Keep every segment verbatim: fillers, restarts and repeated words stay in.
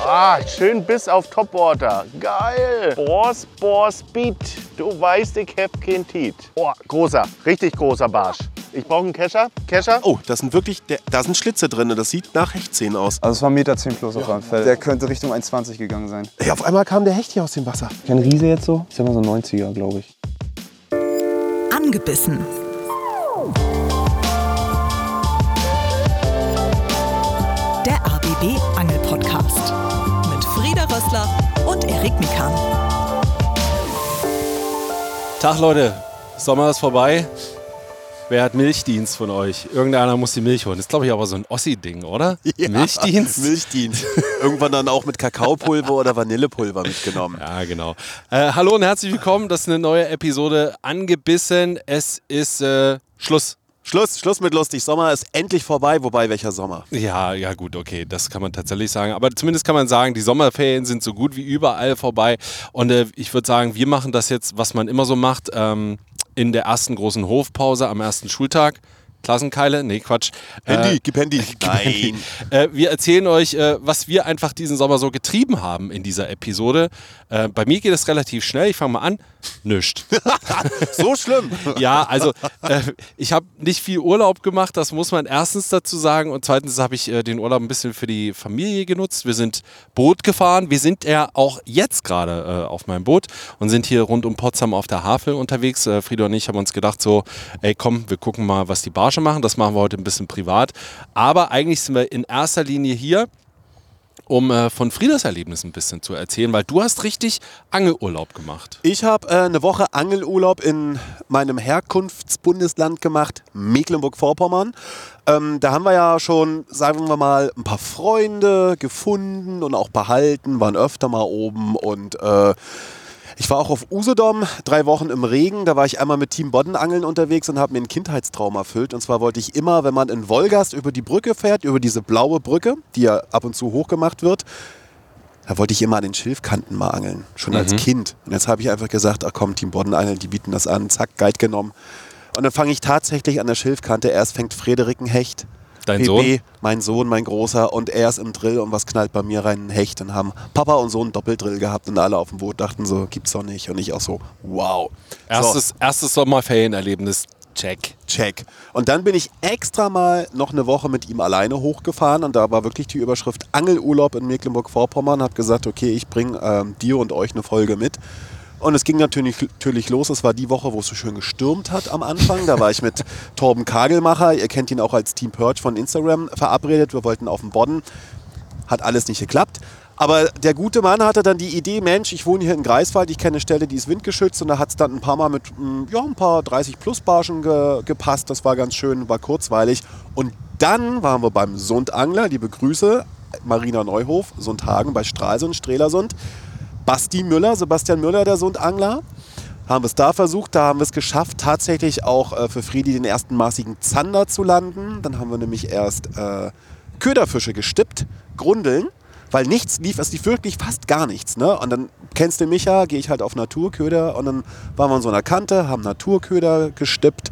Ah, schön bis auf Topwater. Geil. Boss, Boss, Beat. Du weißt, ich hab kein Tiet. Oh, großer, richtig großer Barsch. Ich brauche einen Kescher. Kescher? Oh, das sind wirklich, da sind Schlitze drin. Das sieht nach Hechtzähnen aus. Also es war eins Komma zehn Meter plus auf jeden Fall. Der könnte Richtung eins Komma zwanzig gegangen sein. Ey, auf einmal kam der Hecht hier aus dem Wasser. Kein Riese jetzt so? Ich sag mal so ein neunziger, glaube ich. Angebissen. Der A B B Angel Podcast mit Frieda Rössler und Erik Mikan. Tag Leute, Sommer ist vorbei. Wer hat Milchdienst von euch? Irgendeiner muss die Milch holen. Das ist, glaube ich, aber so ein Ossi-Ding, oder? Ja, Milchdienst? Milchdienst. Irgendwann dann auch mit Kakaopulver oder Vanillepulver mitgenommen. Ja, genau. Äh, hallo und herzlich willkommen. Das ist eine neue Episode Angebissen. Es ist äh, Schluss. Schluss, Schluss mit lustig. Sommer ist endlich vorbei. Wobei, welcher Sommer? Ja, ja gut, okay, das kann man tatsächlich sagen. Aber zumindest kann man sagen, die Sommerferien sind so gut wie überall vorbei. Und äh, ich würde sagen, wir machen das jetzt, was man immer so macht, ähm, in der ersten großen Hofpause am ersten Schultag. Klassenkeile? Nee, Quatsch. Handy, äh, gib Handy. Nein. Äh, wir erzählen euch, äh, was wir einfach diesen Sommer so getrieben haben in dieser Episode. Äh, bei mir geht es relativ schnell. Ich fange mal an. Nischt. So schlimm? Ja, also äh, ich habe nicht viel Urlaub gemacht, das muss man erstens dazu sagen. Und zweitens habe ich äh, den Urlaub ein bisschen für die Familie genutzt. Wir sind Boot gefahren. Wir sind ja auch jetzt gerade äh, auf meinem Boot und sind hier rund um Potsdam auf der Havel unterwegs. Äh, Frieda und ich haben uns gedacht so, ey komm, wir gucken mal, was die Barsche machen. Das machen wir heute ein bisschen privat. Aber eigentlich sind wir in erster Linie hier, um äh, von Friedas Erlebnis ein bisschen zu erzählen, weil du hast richtig Angelurlaub gemacht. Ich habe äh, eine Woche Angelurlaub in meinem Herkunftsbundesland gemacht, Mecklenburg-Vorpommern. Ähm, da haben wir ja schon, sagen wir mal, ein paar Freunde gefunden und auch behalten, waren öfter mal oben und äh, ich war auch auf Usedom, drei Wochen im Regen. Da war ich einmal mit Team Boddenangeln unterwegs und habe mir einen Kindheitstraum erfüllt. Und zwar wollte ich immer, wenn man in Wolgast über die Brücke fährt, über diese blaue Brücke, die ja ab und zu hochgemacht wird, da wollte ich immer an den Schilfkanten mal angeln, schon mhm. als Kind. Und jetzt habe ich einfach gesagt, ach komm, Team Boddenangeln, die bieten das an, zack, Guide genommen. Und dann fange ich tatsächlich an der Schilfkante. Erst fängt Frederik ein Hecht. Dein P B, Sohn? mein Sohn, mein Großer, und er ist im Drill und was knallt bei mir rein? Ein Hecht. Und haben Papa und Sohn einen Doppeldrill gehabt und alle auf dem Boot dachten so, gibt's doch nicht. Und ich auch so, wow. Erstes, so. erstes Sommerferienerlebnis, check. Check. Und dann bin ich extra mal noch eine Woche mit ihm alleine hochgefahren und da war wirklich die Überschrift Angelurlaub in Mecklenburg-Vorpommern. Hab gesagt, okay, ich bringe ähm, dir und euch eine Folge mit. Und es ging natürlich, natürlich los. Es war die Woche, wo es so schön gestürmt hat am Anfang. Da war ich mit Torben Kagelmacher, ihr kennt ihn auch als Team Perch von Instagram, verabredet. Wir wollten auf den Bodden. Hat alles nicht geklappt. Aber der gute Mann hatte dann die Idee, Mensch, ich wohne hier in Greifswald, ich kenne eine Stelle, die ist windgeschützt. Und da hat es dann ein paar Mal mit ja, ein paar dreißig plus Barschen ge, gepasst. Das war ganz schön, war kurzweilig. Und dann waren wir beim Sundangler, liebe Grüße, Marina Neuhof, Sundhagen bei Stralsund, Strelasund. Basti Müller, Sebastian Müller, der Sundangler. Haben wir es da versucht, da haben wir es geschafft, tatsächlich auch äh, für Friedi den ersten maßigen Zander zu landen. Dann haben wir nämlich erst äh, Köderfische gestippt, Grundeln, weil nichts lief, es lief wirklich fast gar nichts. Ne? Und dann, kennst du mich ja, gehe ich halt auf Naturköder und dann waren wir an so einer Kante, haben Naturköder gestippt.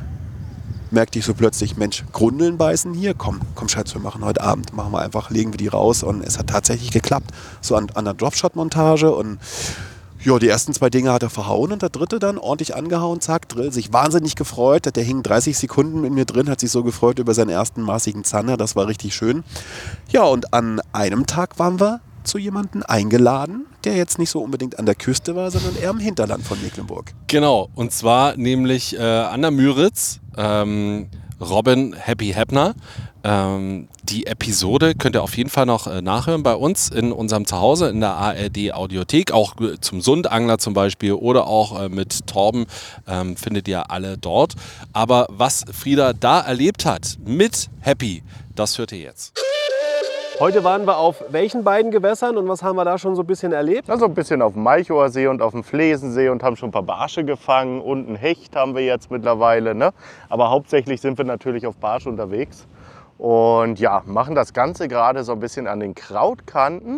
Merkte ich so plötzlich, Mensch, Grundeln beißen hier, komm, komm Schatz, wir machen heute Abend, machen wir einfach, legen wir die raus und es hat tatsächlich geklappt. So an, an der Dropshot-Montage und ja, die ersten zwei Dinge hat er verhauen und der dritte dann ordentlich angehauen, zack, Drill, sich wahnsinnig gefreut, der hing dreißig Sekunden in mir drin, hat sich so gefreut über seinen ersten maßigen Zander, das war richtig schön. Ja, und an einem Tag waren wir zu jemandem eingeladen, der jetzt nicht so unbedingt an der Küste war, sondern eher im Hinterland von Mecklenburg. Genau, und zwar nämlich äh, an der Müritz, ähm, Robin Happy Heppner. Ähm, die Episode könnt ihr auf jeden Fall noch äh, nachhören bei uns in unserem Zuhause in der A R D Audiothek, auch äh, zum Sundangler zum Beispiel oder auch äh, mit Torben ähm, findet ihr alle dort. Aber was Frieda da erlebt hat mit Happy, das hört ihr jetzt. Heute waren wir auf welchen beiden Gewässern und was haben wir da schon so ein bisschen erlebt? Also ein bisschen auf dem Malchower See und auf dem Flesensee und haben schon ein paar Barsche gefangen und einen Hecht haben wir jetzt mittlerweile. Ne? Aber hauptsächlich sind wir natürlich auf Barsch unterwegs und ja, machen das Ganze gerade so ein bisschen an den Krautkanten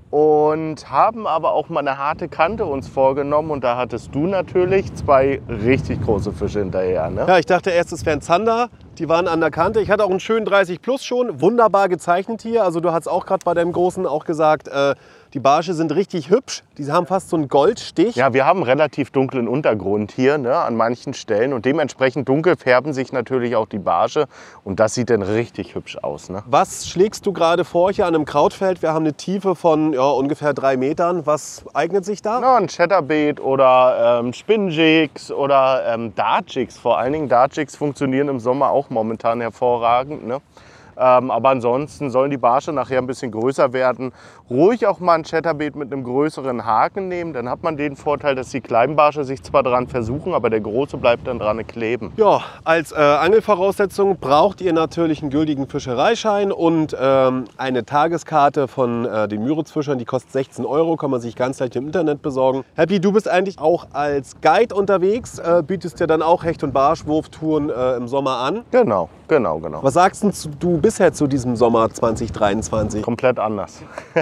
und haben aber auch mal eine harte Kante uns vorgenommen und da hattest du natürlich zwei richtig große Fische hinterher. Ne? Ja, ich dachte erst, es wären Zander, Die waren an der Kante. Ich hatte auch einen schönen dreißig plus schon. Wunderbar gezeichnet hier. Also du hast auch gerade bei deinem Großen auch gesagt, äh, die Barsche sind richtig hübsch. Die haben fast so einen Goldstich. Ja, wir haben einen relativ dunklen Untergrund hier, ne, an manchen Stellen. Und dementsprechend dunkel färben sich natürlich auch die Barsche. Und das sieht dann richtig hübsch aus. Ne? Was schlägst du gerade vor hier an einem Krautfeld? Wir haben eine Tiefe von ja, ungefähr drei Metern. Was eignet sich da? Na, ein Chatterbeet oder ähm, Spinnjigs oder ähm, Dartjigs. Vor allen Dingen Dartjigs funktionieren im Sommer auch momentan hervorragend. Ne? Ähm, aber ansonsten sollen die Barsche nachher ein bisschen größer werden. Ruhig auch mal ein Chatterbeet mit einem größeren Haken nehmen. Dann hat man den Vorteil, dass die kleinen Barsche sich zwar dran versuchen, aber der große bleibt dann dran kleben. Ja, als äh, Angelvoraussetzung braucht ihr natürlich einen gültigen Fischereischein und ähm, eine Tageskarte von äh, den Müritzfischern. Die kostet sechzehn Euro, kann man sich ganz leicht im Internet besorgen. Happy, du bist eigentlich auch als Guide unterwegs, äh, bietest dir dann auch Hecht- und Barschwurftouren äh, im Sommer an. Genau, genau, genau. Was sagst denn du bisher zu diesem Sommer zwanzig dreiundzwanzig? Komplett anders.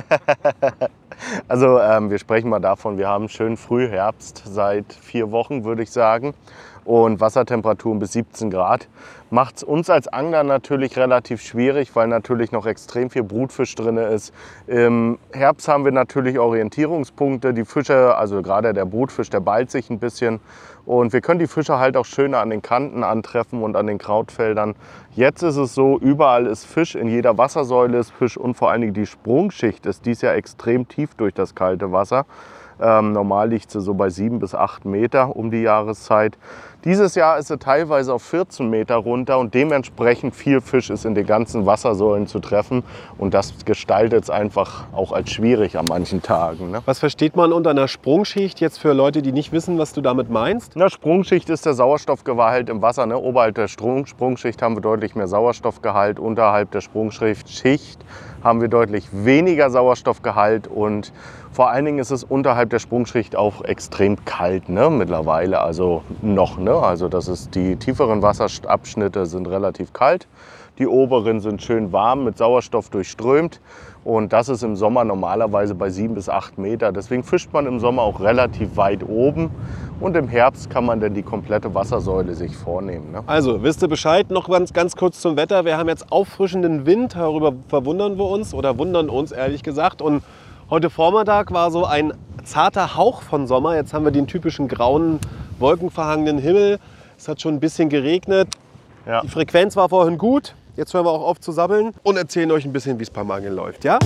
Also ähm, wir sprechen mal davon, wir haben schön Frühherbst seit vier Wochen, würde ich sagen. Und Wassertemperaturen bis siebzehn Grad. Macht es uns als Angler natürlich relativ schwierig, weil natürlich noch extrem viel Brutfisch drin ist. Im Herbst haben wir natürlich Orientierungspunkte. Die Fische, also gerade der Brutfisch, der ballt sich ein bisschen. Und wir können die Fische halt auch schöner an den Kanten antreffen und an den Krautfeldern. Jetzt ist es so, überall ist Fisch, in jeder Wassersäule ist Fisch und vor allen Dingen die Sprungschicht ist dies Jahr extrem tief durch das kalte Wasser. Ähm, normal liegt sie so bei sieben bis acht Meter um die Jahreszeit. Dieses Jahr ist sie teilweise auf vierzehn Meter runter und dementsprechend viel Fisch ist in den ganzen Wassersäulen zu treffen. Und das gestaltet es einfach auch als schwierig an manchen Tagen. Ne? Was versteht man unter einer Sprungschicht jetzt für Leute, die nicht wissen, was du damit meinst? Eine Sprungschicht ist der Sauerstoffgehalt im Wasser. Ne? Oberhalb der Sprung Sprungschicht haben wir deutlich mehr Sauerstoffgehalt. Unterhalb der Sprungschicht haben wir deutlich weniger Sauerstoffgehalt. Und vor allen Dingen ist es unterhalb der Sprungschicht auch extrem kalt, ne? Mittlerweile. Also noch. Ne? Also das ist, die tieferen Wasserabschnitte sind relativ kalt. Die oberen sind schön warm, mit Sauerstoff durchströmt. Und das ist im Sommer normalerweise bei sieben bis acht Meter. Deswegen fischt man im Sommer auch relativ weit oben. Und im Herbst kann man dann die komplette Wassersäule sich vornehmen. Ne? Also, wisst ihr Bescheid? Noch ganz, ganz kurz zum Wetter. Wir haben jetzt auffrischenden Wind. Darüber verwundern wir uns oder wundern uns, ehrlich gesagt. Und heute Vormittag war so ein zarter Hauch von Sommer. Jetzt haben wir den typischen grauen, wolkenverhangenen Himmel. Es hat schon ein bisschen geregnet. Ja. Die Frequenz war vorhin gut. Jetzt hören wir auch auf zu sabbeln und erzählen euch ein bisschen, wie es beim Angeln läuft. Ja?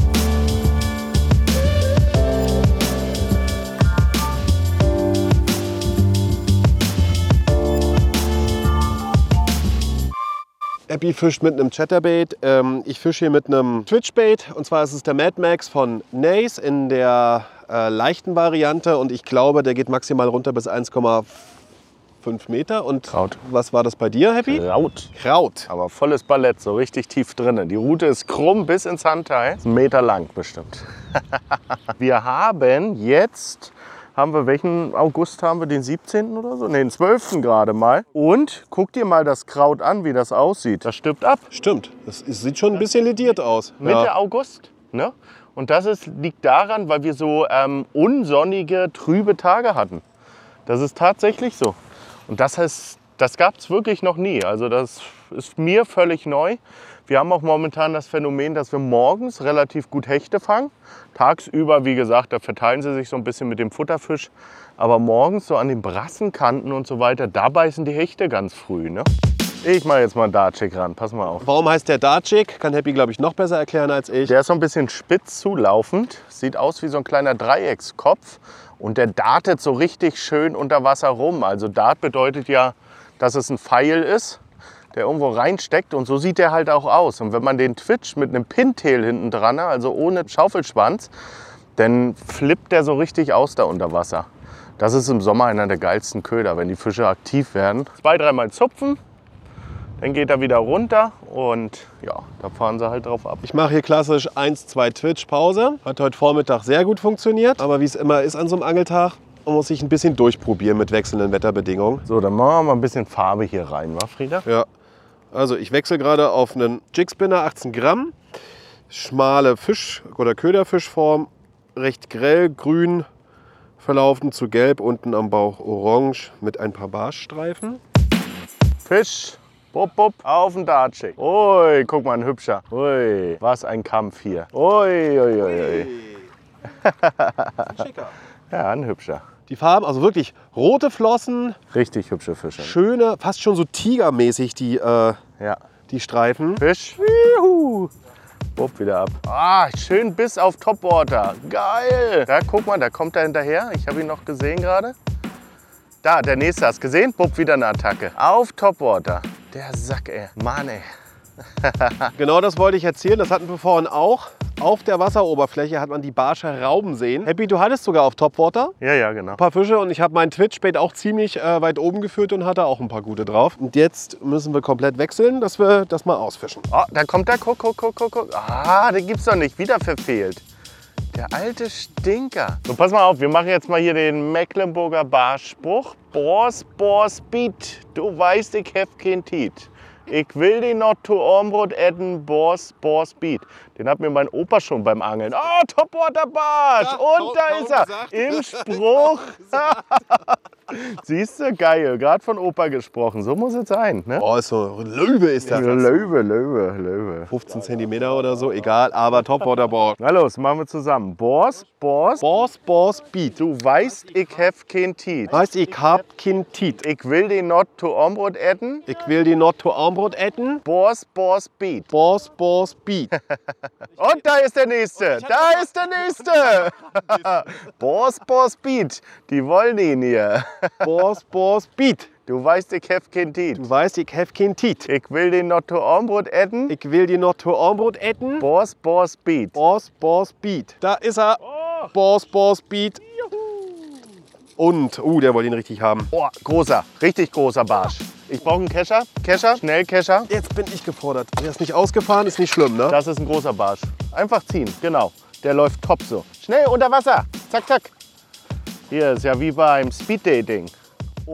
Happy fischt mit einem Chatterbait. Ähm, ich fische hier mit einem Twitchbait. Und zwar ist es der Mad Max von Nace in der äh, leichten Variante. Und ich glaube, der geht maximal runter bis eins Komma fünf Meter. Und Kraut. Was war das bei dir, Happy? Kraut. Kraut. Aber volles Ballett, so richtig tief drinnen. Die Route ist krumm bis ins Handteil. Ist ein Meter lang bestimmt. Wir haben jetzt... Haben wir, welchen August haben wir? Den siebzehnten oder so? Ne, den zwölften gerade mal. Und guck dir mal das Kraut an, wie das aussieht. Das stirbt ab. Stimmt, das ist, sieht schon ein bisschen lediert aus. Mitte Ja. August. Ne? Und das ist, liegt daran, weil wir so ähm, unsonnige, trübe Tage hatten. Das ist tatsächlich so. Und das heißt, das gab es wirklich noch nie. Also das ist mir völlig neu. Wir haben auch momentan das Phänomen, dass wir morgens relativ gut Hechte fangen. Tagsüber, wie gesagt, da verteilen sie sich so ein bisschen mit dem Futterfisch. Aber morgens so an den Brassenkanten und so weiter, da beißen die Hechte ganz früh. Ne? Ich mache jetzt mal einen Dartjig ran, pass mal auf. Warum heißt der Dartjig? Kann Happy, glaube ich, noch besser erklären als ich. Der ist so ein bisschen spitz zulaufend, sieht aus wie so ein kleiner Dreieckskopf. Und der dartet so richtig schön unter Wasser rum. Also Dart bedeutet ja, dass es ein Pfeil ist, der irgendwo reinsteckt, und so sieht der halt auch aus. Und wenn man den Twitch mit einem Pintail hinten dran, also ohne Schaufelschwanz, dann flippt der so richtig aus da unter Wasser. Das ist im Sommer einer der geilsten Köder, wenn die Fische aktiv werden. Zwei, dreimal zupfen, dann geht er wieder runter und ja, da fahren sie halt drauf ab. Ich mache hier klassisch eins, zwei Twitch Pause. Hat heute Vormittag sehr gut funktioniert. Aber wie es immer ist an so einem Angeltag, man muss sich ein bisschen durchprobieren mit wechselnden Wetterbedingungen. So, dann machen wir mal ein bisschen Farbe hier rein, wa Frieda? Ja. Also ich wechsle gerade auf einen Jigspinner, achtzehn Gramm. Schmale Fisch- oder Köderfischform, recht grell, grün, verlaufen zu gelb, unten am Bauch orange mit ein paar Barschstreifen. Fisch, Bup, bup, auf den Dartschick. Ui, guck mal, ein hübscher. Ui, was ein Kampf hier. Ui, ui, ui, ui. Schicker. Ja, ein hübscher. Die Farben, also wirklich rote Flossen, Richtig hübsche Fische. schöne, fast schon so tigermäßig die, äh, Ja. die Streifen. Fisch. Juhu. Bupp, wieder ab. Ah, schön Biss auf Topwater. Geil. Da, guck mal, da kommt er hinterher. Ich habe ihn noch gesehen gerade. Da, der nächste, hast du gesehen? Bupp, wieder eine Attacke. Auf Topwater. Der Sack, ey. Mann, ey. Genau das wollte ich erzählen, das hatten wir vorhin auch. Auf der Wasseroberfläche hat man die Barsche rauben sehen. Happy, du hattest sogar auf Topwater Ja, ja, genau. ein paar Fische und ich habe meinen Twitch-Bait auch ziemlich äh, weit oben geführt und hatte auch ein paar gute drauf. Und jetzt müssen wir komplett wechseln, dass wir das mal ausfischen. Oh, da kommt er. Guck, guck, guck, guck, guck. Ah, den gibt's doch nicht. Wieder verfehlt. Der alte Stinker. So, pass mal auf. Wir machen jetzt mal hier den Mecklenburger Barspruch. Bors, Bors, Beat. Du weißt, ich hef kein Tiet. Ich will den noch zu Ormbrot essen, Bors, Bors, Beat. Den hat mir mein Opa schon beim Angeln. Oh, Topwater Barsch. Ja, Und da kaum ist er. gesagt. Im Spruch. Siehst du, geil. Gerade von Opa gesprochen. So muss es sein. Ne? Oh, ist so, Löwe ist das. Löwe, Löwe, Löwe. fünfzehn Zentimeter oder so, egal, aber Topwater Bors. Na los, machen wir zusammen. Bors, Bors, Bors, Bors, Beat. du weißt, ich hef kein Tiet. Heißt, ich hab kein Tiet. Ich will den not to Ormbrot essen. Ich will die not to Armbrot essen. Bors, Bors, Beat. Bors, Bors, Beat. Und da ist der nächste. Da ist der nächste. Bors, Bors, Beat. Die wollen ihn hier. Bors, Bors, Beat. Du weißt, ich hef kein Tiet. Du weißt, ich hab kein Tiet. Ich will den not to Ormbrot essen. Ich will die not to Armbrot essen. Bors, Bors, Beat. Bors, Bors, Beat. Da ist er. Bors, Bors, Beat. Und, uh, der wollte ihn richtig haben. Oh, großer, richtig großer Barsch. Ich brauche einen Kescher. Kescher, schnell Kescher. Jetzt bin ich gefordert. Der ist nicht ausgefahren, ist nicht schlimm, ne? Das ist ein großer Barsch. Einfach ziehen, genau. Der läuft top so. Schnell unter Wasser. Zack, zack. Hier ist ja wie beim Speeddating. Und...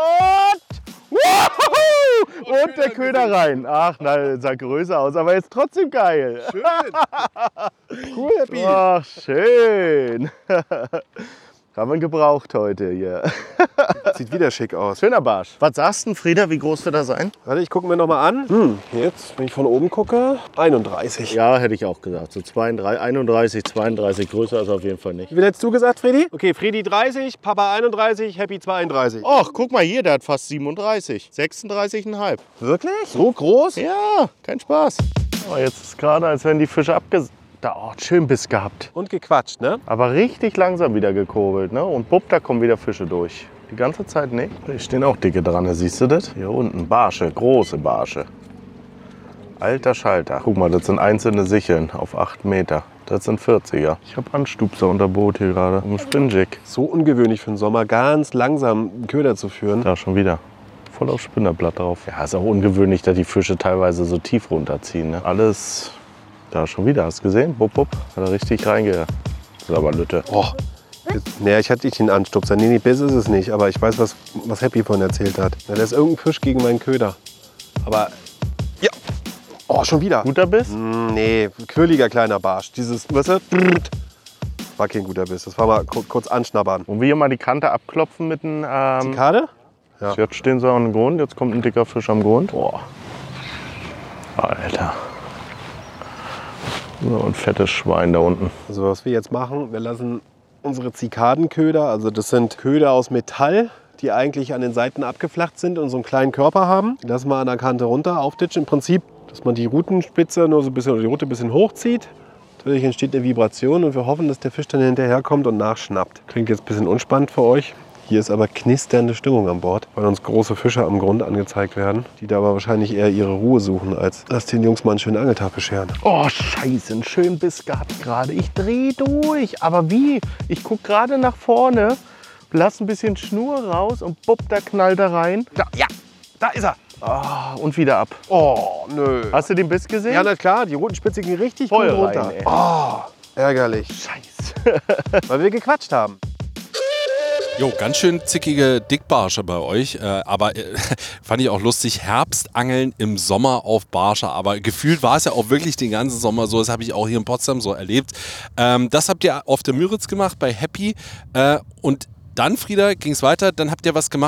Woohoo! Und der Köder rein. Ach nein, sah größer aus, aber ist trotzdem geil. Schön. Cool, Happy. Ach, schön. Haben wir gebraucht heute hier. Sieht wieder schick aus. Schöner Barsch. Was sagst du, Frieda, wie groß wird er sein? Warte, ich gucke mir noch mal an. Hm, jetzt, wenn ich von oben gucke, einunddreißig. Ja, hätte ich auch gesagt. So zweiunddreißig, einunddreißig, zweiunddreißig. Größer ist auf jeden Fall nicht. Wie viel hättest du gesagt, Freddy? Okay, Freddy dreißig, Papa einunddreißig, Happy zweiunddreißig. Ach, guck mal hier, der hat fast siebenunddreißig. sechsunddreißig Komma fünf. Wirklich? So groß? Ja, kein Spaß. Oh, jetzt ist gerade, als wenn die Fische abges... Da, oh, schön Biss gehabt. Und gequatscht, ne? Aber richtig langsam wieder gekurbelt, ne? Und bupp, da kommen wieder Fische durch. Die ganze Zeit nicht. Da stehen auch dicke dran, siehst du das? Hier unten, Barsche, große Barsche. Alter Schalter. Guck mal, das sind einzelne Sicheln auf acht Meter. Das sind vierziger. Ich habe Anstupser unter Boot hier gerade. Ein Spinjig. So ungewöhnlich für den Sommer, ganz langsam einen Köder zu führen. Da schon wieder. Voll auf Spinnerblatt drauf. Ja, ist auch ungewöhnlich, dass die Fische teilweise so tief runterziehen. Ne? Alles... Da schon wieder, hast du gesehen? Bupp, bupp. Hat er richtig reinge... Das ist aber Lütte. Oh. Naja, ich hatte nicht den Anstupser. Nee, nee, Biss ist es nicht. Aber ich weiß, was, was Happy von erzählt hat. Ja, da ist irgendein Fisch gegen meinen Köder. Aber, ja. Oh, schon wieder. Guter Biss? Mm, nee, quirliger kleiner Barsch. Dieses, weißt du, war kein guter Biss. Das war mal kurz anschnabbern. Und wir hier mal die Kante abklopfen mit einem... Ähm, Zikade? Ja. Jetzt stehen sie am Grund. Jetzt kommt ein dicker Fisch am Grund. Boah. Alter. So ein fettes Schwein da unten. Also was wir jetzt machen, wir lassen unsere Zikadenköder, also das sind Köder aus Metall, die eigentlich an den Seiten abgeflacht sind und so einen kleinen Körper haben. Die lassen wir an der Kante runter, aufditschen. Im Prinzip, dass man die Rutenspitze nur so ein bisschen oder die Rute ein bisschen hochzieht. Dadurch entsteht eine Vibration und wir hoffen, dass der Fisch dann hinterherkommt und nachschnappt. Klingt jetzt ein bisschen unspannend für euch. Hier ist aber knisternde Stimmung an Bord, weil uns große Fische am Grund angezeigt werden, die da aber wahrscheinlich eher ihre Ruhe suchen, als dass den Jungs mal einen schönen Angeltag bescheren. Oh, scheiße, einen schönen Biss gehabt gerade. Ich dreh durch. Aber wie? Ich guck gerade nach vorne, lass ein bisschen Schnur raus und bupp, da knallt er rein. Da, ja, da ist er. Oh, und wieder ab. Oh, nö. Hast du den Biss gesehen? Ja, na klar, die Rutenspitze ging richtig Voll gut runter. rein, ey. Oh, ärgerlich. Scheiße. Weil wir gequatscht haben. Jo, ganz schön zickige Dickbarsche bei euch, äh, aber äh, fand ich auch lustig, Herbstangeln im Sommer auf Barsche, aber gefühlt war es ja auch wirklich den ganzen Sommer so, das habe ich auch hier in Potsdam so erlebt. Ähm, das habt ihr auf der Müritz gemacht bei Happy äh, und dann, Frieda, ging es weiter, dann habt ihr was gemacht,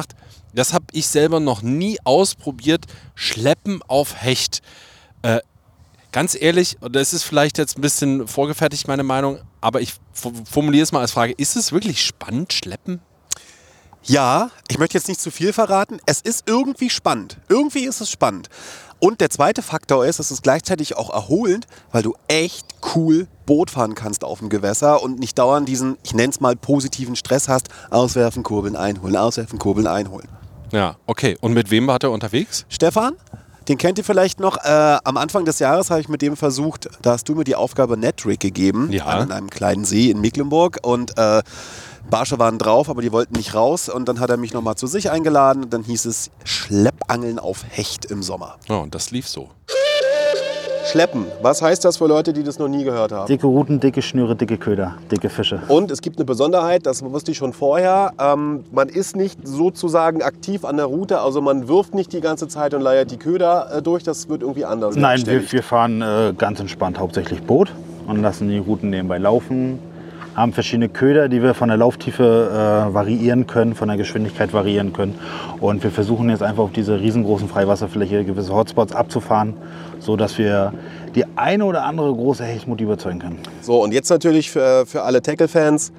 das habe ich selber noch nie ausprobiert. Schleppen auf Hecht. Äh, ganz ehrlich, und das ist vielleicht jetzt ein bisschen vorgefertigt, meine Meinung, aber ich formuliere es mal als Frage, ist es wirklich spannend, Schleppen? Ja, ich möchte jetzt nicht zu viel verraten. Es ist irgendwie spannend. Irgendwie ist es spannend. Und der zweite Faktor ist, es ist gleichzeitig auch erholend, weil du echt cool Boot fahren kannst auf dem Gewässer und nicht dauernd diesen, ich nenne es mal, positiven Stress hast. Auswerfen, kurbeln, einholen, auswerfen, kurbeln, einholen. Ja, okay. Und mit wem war der unterwegs? Stefan, den kennt ihr vielleicht noch. Äh, am Anfang des Jahres habe ich mit dem versucht, da hast du mir die Aufgabe Netrig gegeben, Ja. an einem kleinen See in Mecklenburg. Und äh, Barsche waren drauf, aber die wollten nicht raus. Und dann hat er mich nochmal zu sich eingeladen. Und dann hieß es Schleppangeln auf Hecht im Sommer. Ja, und das lief so. Schleppen. Was heißt das für Leute, die das noch nie gehört haben? Dicke Ruten, dicke Schnüre, dicke Köder, dicke Fische. Und es gibt eine Besonderheit, das wusste ich schon vorher. Ähm, man ist nicht sozusagen aktiv an der Route, also man wirft nicht die ganze Zeit und leiert die Köder äh, durch. Das wird irgendwie anders. Nein, wir, bestelligt. wir fahren äh, ganz entspannt hauptsächlich Boot und lassen die Routen nebenbei laufen. Haben verschiedene Köder, die wir von der Lauftiefe äh, variieren können, von der Geschwindigkeit variieren können. Und wir versuchen jetzt einfach auf diese riesengroßen Freiwasserfläche gewisse Hotspots abzufahren, sodass wir die eine oder andere große Hechtmut überzeugen können. So, und jetzt natürlich für, für alle Tackle-Fans,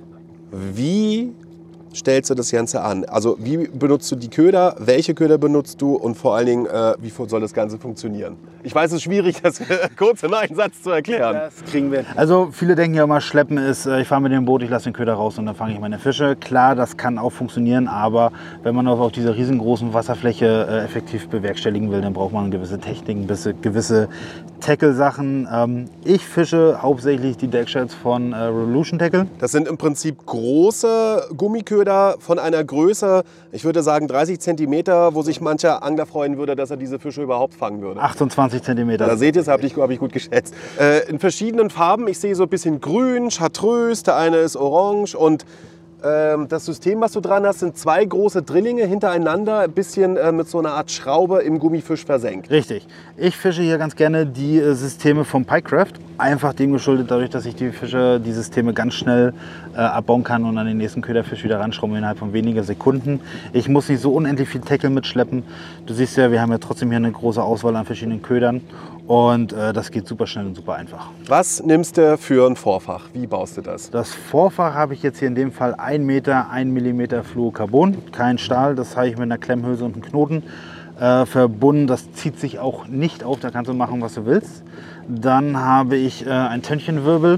wie stellst du das Ganze an? Also wie benutzt du die Köder, welche Köder benutzt du und vor allen Dingen, äh, wie soll das Ganze funktionieren? Ich weiß, es ist schwierig, das kurz in einem Satz zu erklären. Das kriegen wir. Also viele denken ja immer, Schleppen ist, äh, ich fahre mit dem Boot, ich lasse den Köder raus und dann fange ich meine Fische. Klar, das kann auch funktionieren, aber wenn man auf, auf dieser riesengroßen Wasserfläche äh, effektiv bewerkstelligen will, dann braucht man gewisse Techniken, gewisse, gewisse Tackle-Sachen. Ähm, ich fische hauptsächlich die Deckshells von äh, Revolution Tackle. Das sind im Prinzip große Gummiköder von einer Größe, ich würde sagen dreißig Zentimeter, wo sich mancher Angler freuen würde, dass er diese Fische überhaupt fangen würde. achtundzwanzig Zentimeter. Da seht ihr es, habe ich, hab ich gut geschätzt. Äh, in verschiedenen Farben. Ich sehe so ein bisschen grün, chartreuse, der eine ist orange. Und ähm, das System, was du dran hast, sind zwei große Drillinge hintereinander, ein bisschen äh, mit so einer Art Schraube im Gummifisch versenkt. Richtig. Ich fische hier ganz gerne die äh, Systeme vom Picecraft. Einfach dem geschuldet, dadurch, dass ich die Fische, die Systeme ganz schnell äh, abbauen kann und an den nächsten Köderfisch wieder ranschrauben innerhalb von weniger Sekunden. Ich muss nicht so unendlich viel Tackle mitschleppen. Du siehst ja, wir haben ja trotzdem hier eine große Auswahl an verschiedenen Ködern. Und äh, das geht super schnell und super einfach. Was nimmst du für ein Vorfach? Wie baust du das? Das Vorfach habe ich jetzt hier in dem Fall ein Meter, ein Millimeter Fluorocarbon. Kein Stahl, das habe ich mit einer Klemmhülse und einem Knoten äh, verbunden. Das zieht sich auch nicht auf, da kannst du machen, was du willst. Dann habe ich äh, ein Tönchenwirbel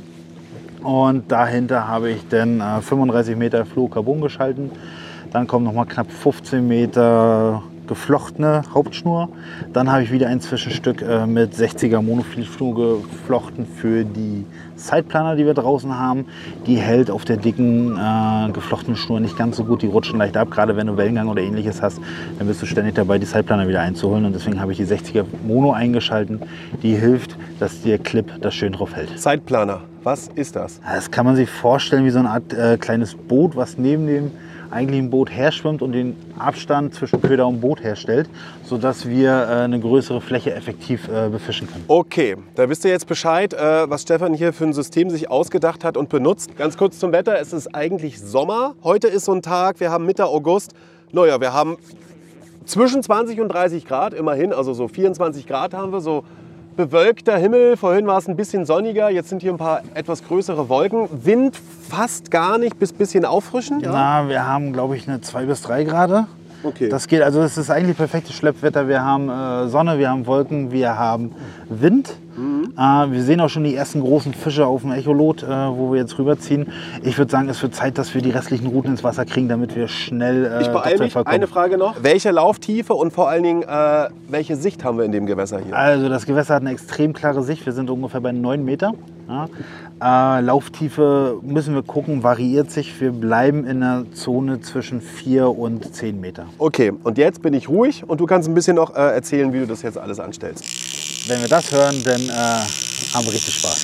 und dahinter habe ich dann äh, fünfunddreißig Meter Fluorocarbon geschalten. Dann kommen noch mal knapp fünfzehn Meter geflochtene Hauptschnur. Dann habe ich wieder ein Zwischenstück äh, mit sechziger Monofilschnur geflochten für die Sideplaner, die wir draußen haben. Die hält auf der dicken äh, geflochtenen Schnur nicht ganz so gut. Die rutschen leicht ab. Gerade wenn du Wellengang oder ähnliches hast, dann bist du ständig dabei, die Sideplaner wieder einzuholen. Und deswegen habe ich die sechziger Mono eingeschalten. Die hilft, dass der Clip das schön drauf hält. Sideplaner, was ist das? Das kann man sich vorstellen wie so eine Art äh, kleines Boot, was neben dem eigentlichen Boot herschwimmt und den Abstand zwischen Köder und Boot herstellt, sodass wir äh, eine größere Fläche effektiv äh, befischen können. Okay, da wisst ihr jetzt Bescheid, äh, was Stefan hier für ein System sich ausgedacht hat und benutzt. Ganz kurz zum Wetter, es ist eigentlich Sommer. Heute ist so ein Tag, wir haben Mitte August. Naja, wir haben zwischen zwanzig und dreißig Grad immerhin, also so vierundzwanzig Grad haben wir, so bewölkter Himmel. Vorhin war es ein bisschen sonniger, jetzt sind hier ein paar etwas größere Wolken. Wind fast gar nicht, bis bisschen auffrischend. Ja? Na, wir haben, glaube ich, eine zwei bis drei Grad. Okay. Das geht, also es ist eigentlich perfektes Schleppwetter. Wir haben äh, Sonne, wir haben Wolken, wir haben Wind. Mhm. Äh, wir sehen auch schon die ersten großen Fische auf dem Echolot, äh, wo wir jetzt rüberziehen. Ich würde sagen, es wird Zeit, dass wir die restlichen Routen ins Wasser kriegen, damit wir schnell äh, Ich beeile mich. kommen. Eine Frage noch. Welche Lauftiefe und vor allen Dingen, äh, welche Sicht haben wir in dem Gewässer hier? Also das Gewässer hat eine extrem klare Sicht. Wir sind ungefähr bei neun Meter. Ja. Äh, Lauftiefe müssen wir gucken, variiert sich. Wir bleiben in einer Zone zwischen vier und zehn Meter. Okay, und jetzt bin ich ruhig und du kannst ein bisschen noch äh, erzählen, wie du das jetzt alles anstellst. Wenn wir das hören, dann äh, haben wir richtig Spaß.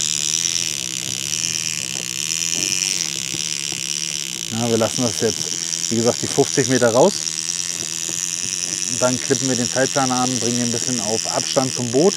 Ja, wir lassen das jetzt, wie gesagt, die fünfzig Meter raus. Und dann klippen wir den Zeitplaner an, bringen ihn ein bisschen auf Abstand zum Boot.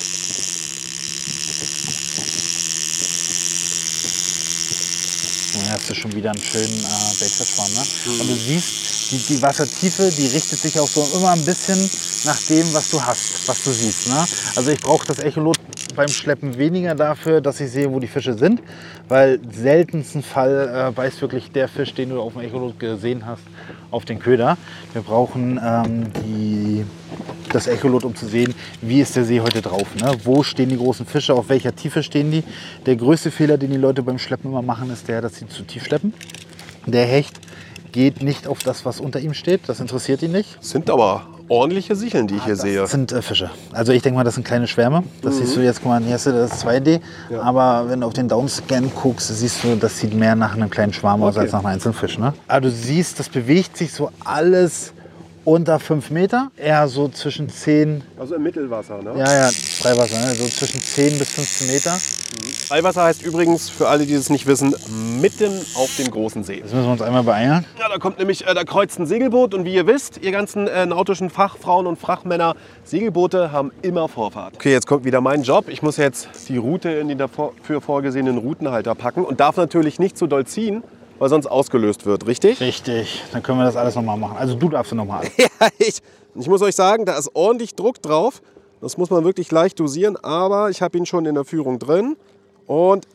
Dann hast du schon wieder einen schönen äh, Baitfischschwarm. Ne? Mhm. Und du siehst, die, die Wassertiefe, die richtet sich auch so immer ein bisschen nach dem, was du hast, was du siehst. Ne? Also ich brauche das Echolot beim Schleppen weniger dafür, dass ich sehe, wo die Fische sind, weil seltensten Fall äh, beißt wirklich der Fisch, den du auf dem Echolot gesehen hast, auf den Köder. Wir brauchen ähm, die, das Echolot, um zu sehen, wie ist der See heute drauf. Ne? Wo stehen die großen Fische, auf welcher Tiefe stehen die. Der größte Fehler, den die Leute beim Schleppen immer machen, ist der, dass sie zu tief schleppen. Der Hecht geht nicht auf das, was unter ihm steht. Das interessiert ihn nicht. Das sind aber ordentliche Sicheln, die ich hier das sehe. Das sind äh, Fische. Also ich denke mal, das sind kleine Schwärme. Das mhm. siehst du jetzt, guck mal, hier hast du das zwei D. Ja. Aber wenn du auf den Downscan guckst, siehst du, das sieht mehr nach einem kleinen Schwarm okay. aus als nach einem einzelnen Fisch. Ne? Aber du siehst, das bewegt sich so alles unter fünf Meter. Eher so zwischen zehn... Also im Mittelwasser, ne? Ja, ja, Freiwasser. Ne? So zwischen zehn bis fünfzehn Meter. Mhm. Freiwasser heißt übrigens, für alle, die es nicht wissen, mitten auf dem großen See. Das müssen wir uns einmal beeilen. Ja, da kommt nämlich, äh, da kreuzt ein Segelboot und wie ihr wisst, ihr ganzen äh, nautischen Fachfrauen und Fachmänner, Segelboote haben immer Vorfahrt. Okay, jetzt kommt wieder mein Job. Ich muss jetzt die Route in den dafür vorgesehenen Routenhalter packen und darf natürlich nicht zu doll ziehen, weil sonst ausgelöst wird, richtig? Richtig, dann können wir das alles nochmal machen. Also du darfst nochmal. Ja, ich, ich muss euch sagen, da ist ordentlich Druck drauf. Das muss man wirklich leicht dosieren, aber ich habe ihn schon in der Führung drin. Und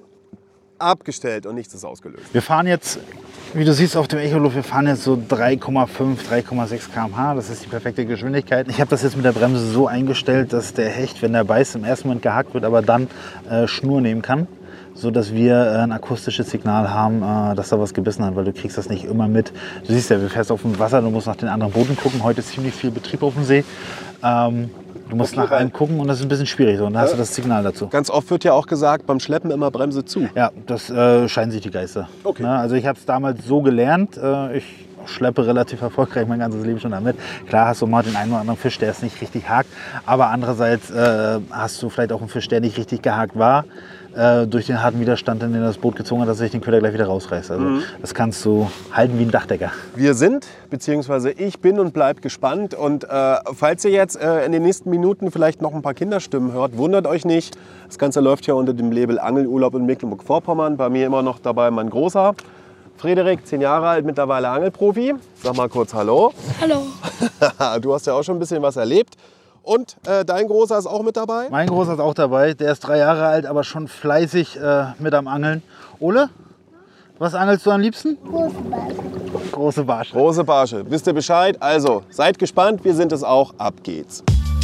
abgestellt und nichts ist ausgelöst. Wir fahren jetzt, wie du siehst auf dem Echolot, wir fahren jetzt so drei Komma fünf, drei Komma sechs Kilometer pro Stunde. Das ist die perfekte Geschwindigkeit. Ich habe das jetzt mit der Bremse so eingestellt, dass der Hecht, wenn er beißt, im ersten Moment gehakt wird, aber dann äh, Schnur nehmen kann, sodass wir äh, ein akustisches Signal haben, äh, dass da was gebissen hat, weil du kriegst das nicht immer mit. Du siehst ja, wir fährst auf dem Wasser, du musst nach den anderen Booten gucken. Heute ist ziemlich viel Betrieb auf dem See. Ähm, Du musst okay, nach allem gucken und das ist ein bisschen schwierig. So. Und dann ja. hast du das Signal dazu. Ganz oft wird ja auch gesagt, beim Schleppen immer Bremse zu. Ja, das äh, scheinen sich die Geister. Okay. Na, also ich habe es damals so gelernt. Äh, ich schleppe relativ erfolgreich mein ganzes Leben schon damit. Klar hast du mal den einen oder anderen Fisch, der es nicht richtig hakt. Aber andererseits äh, hast du vielleicht auch einen Fisch, der nicht richtig gehakt war. Äh, durch den harten Widerstand, in den das Boot gezogen hat, dass sich den Köder gleich wieder rausreißt. Also mhm. das kannst du halten wie ein Dachdecker. Wir sind, beziehungsweise ich bin und bleib gespannt. Und äh, falls ihr jetzt äh, in den nächsten Minuten vielleicht noch ein paar Kinderstimmen hört, wundert euch nicht. Das Ganze läuft ja unter dem Label Angelurlaub in Mecklenburg-Vorpommern. Bei mir immer noch dabei mein Großer. Frederik, zehn Jahre alt, mittlerweile Angelprofi. Sag mal kurz Hallo. Hallo. Du hast ja auch schon ein bisschen was erlebt. Und äh, dein Großer ist auch mit dabei? Mein Großer ist auch dabei. Der ist drei Jahre alt, aber schon fleißig äh, mit am Angeln. Ole, was angelst du am liebsten? Große Barsche. Große Barsche. Große Barsche. Wisst ihr Bescheid? Also, seid gespannt. Wir sind es auch. Ab geht's.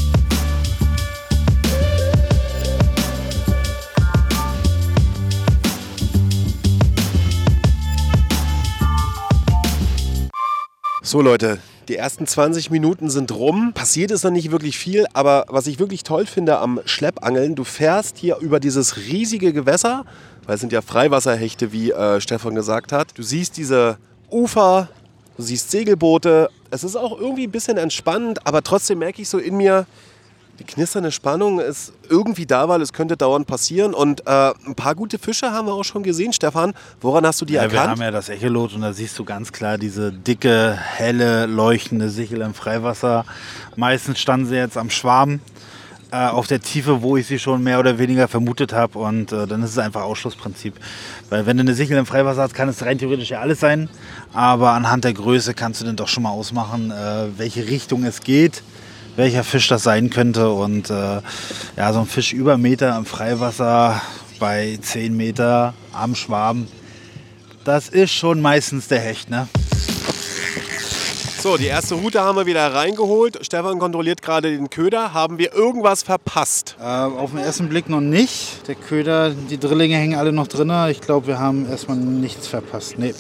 So Leute, die ersten zwanzig Minuten sind rum. Passiert ist noch nicht wirklich viel, aber was ich wirklich toll finde am Schleppangeln, du fährst hier über dieses riesige Gewässer, weil es sind ja Freiwasserhechte, wie äh, Stefan gesagt hat. Du siehst diese Ufer, du siehst Segelboote. Es ist auch irgendwie ein bisschen entspannend, aber trotzdem merke ich so in mir, die knisternde Spannung ist irgendwie da, weil es könnte dauernd passieren. Und äh, ein paar gute Fische haben wir auch schon gesehen. Stefan, woran hast du die ja, erkannt? Wir haben ja das Echolot und da siehst du ganz klar diese dicke, helle, leuchtende Sichel im Freiwasser. Meistens standen sie jetzt am Schwarm äh, auf der Tiefe, wo ich sie schon mehr oder weniger vermutet habe. Und äh, dann ist es einfach Ausschlussprinzip. Weil wenn du eine Sichel im Freiwasser hast, kann es rein theoretisch ja alles sein. Aber anhand der Größe kannst du dann doch schon mal ausmachen, äh, welche Richtung es geht, welcher Fisch das sein könnte. Und äh, ja, so ein Fisch über einen Meter im Freiwasser bei zehn Meter am Schwarm, das ist schon meistens der Hecht, ne? So, die erste Route haben wir wieder reingeholt. Stefan kontrolliert gerade den Köder. Haben wir irgendwas verpasst? Äh, auf den ersten Blick noch nicht. Der Köder, die Drillinge hängen alle noch drin. Ich glaube, wir haben erstmal nichts verpasst. Nee.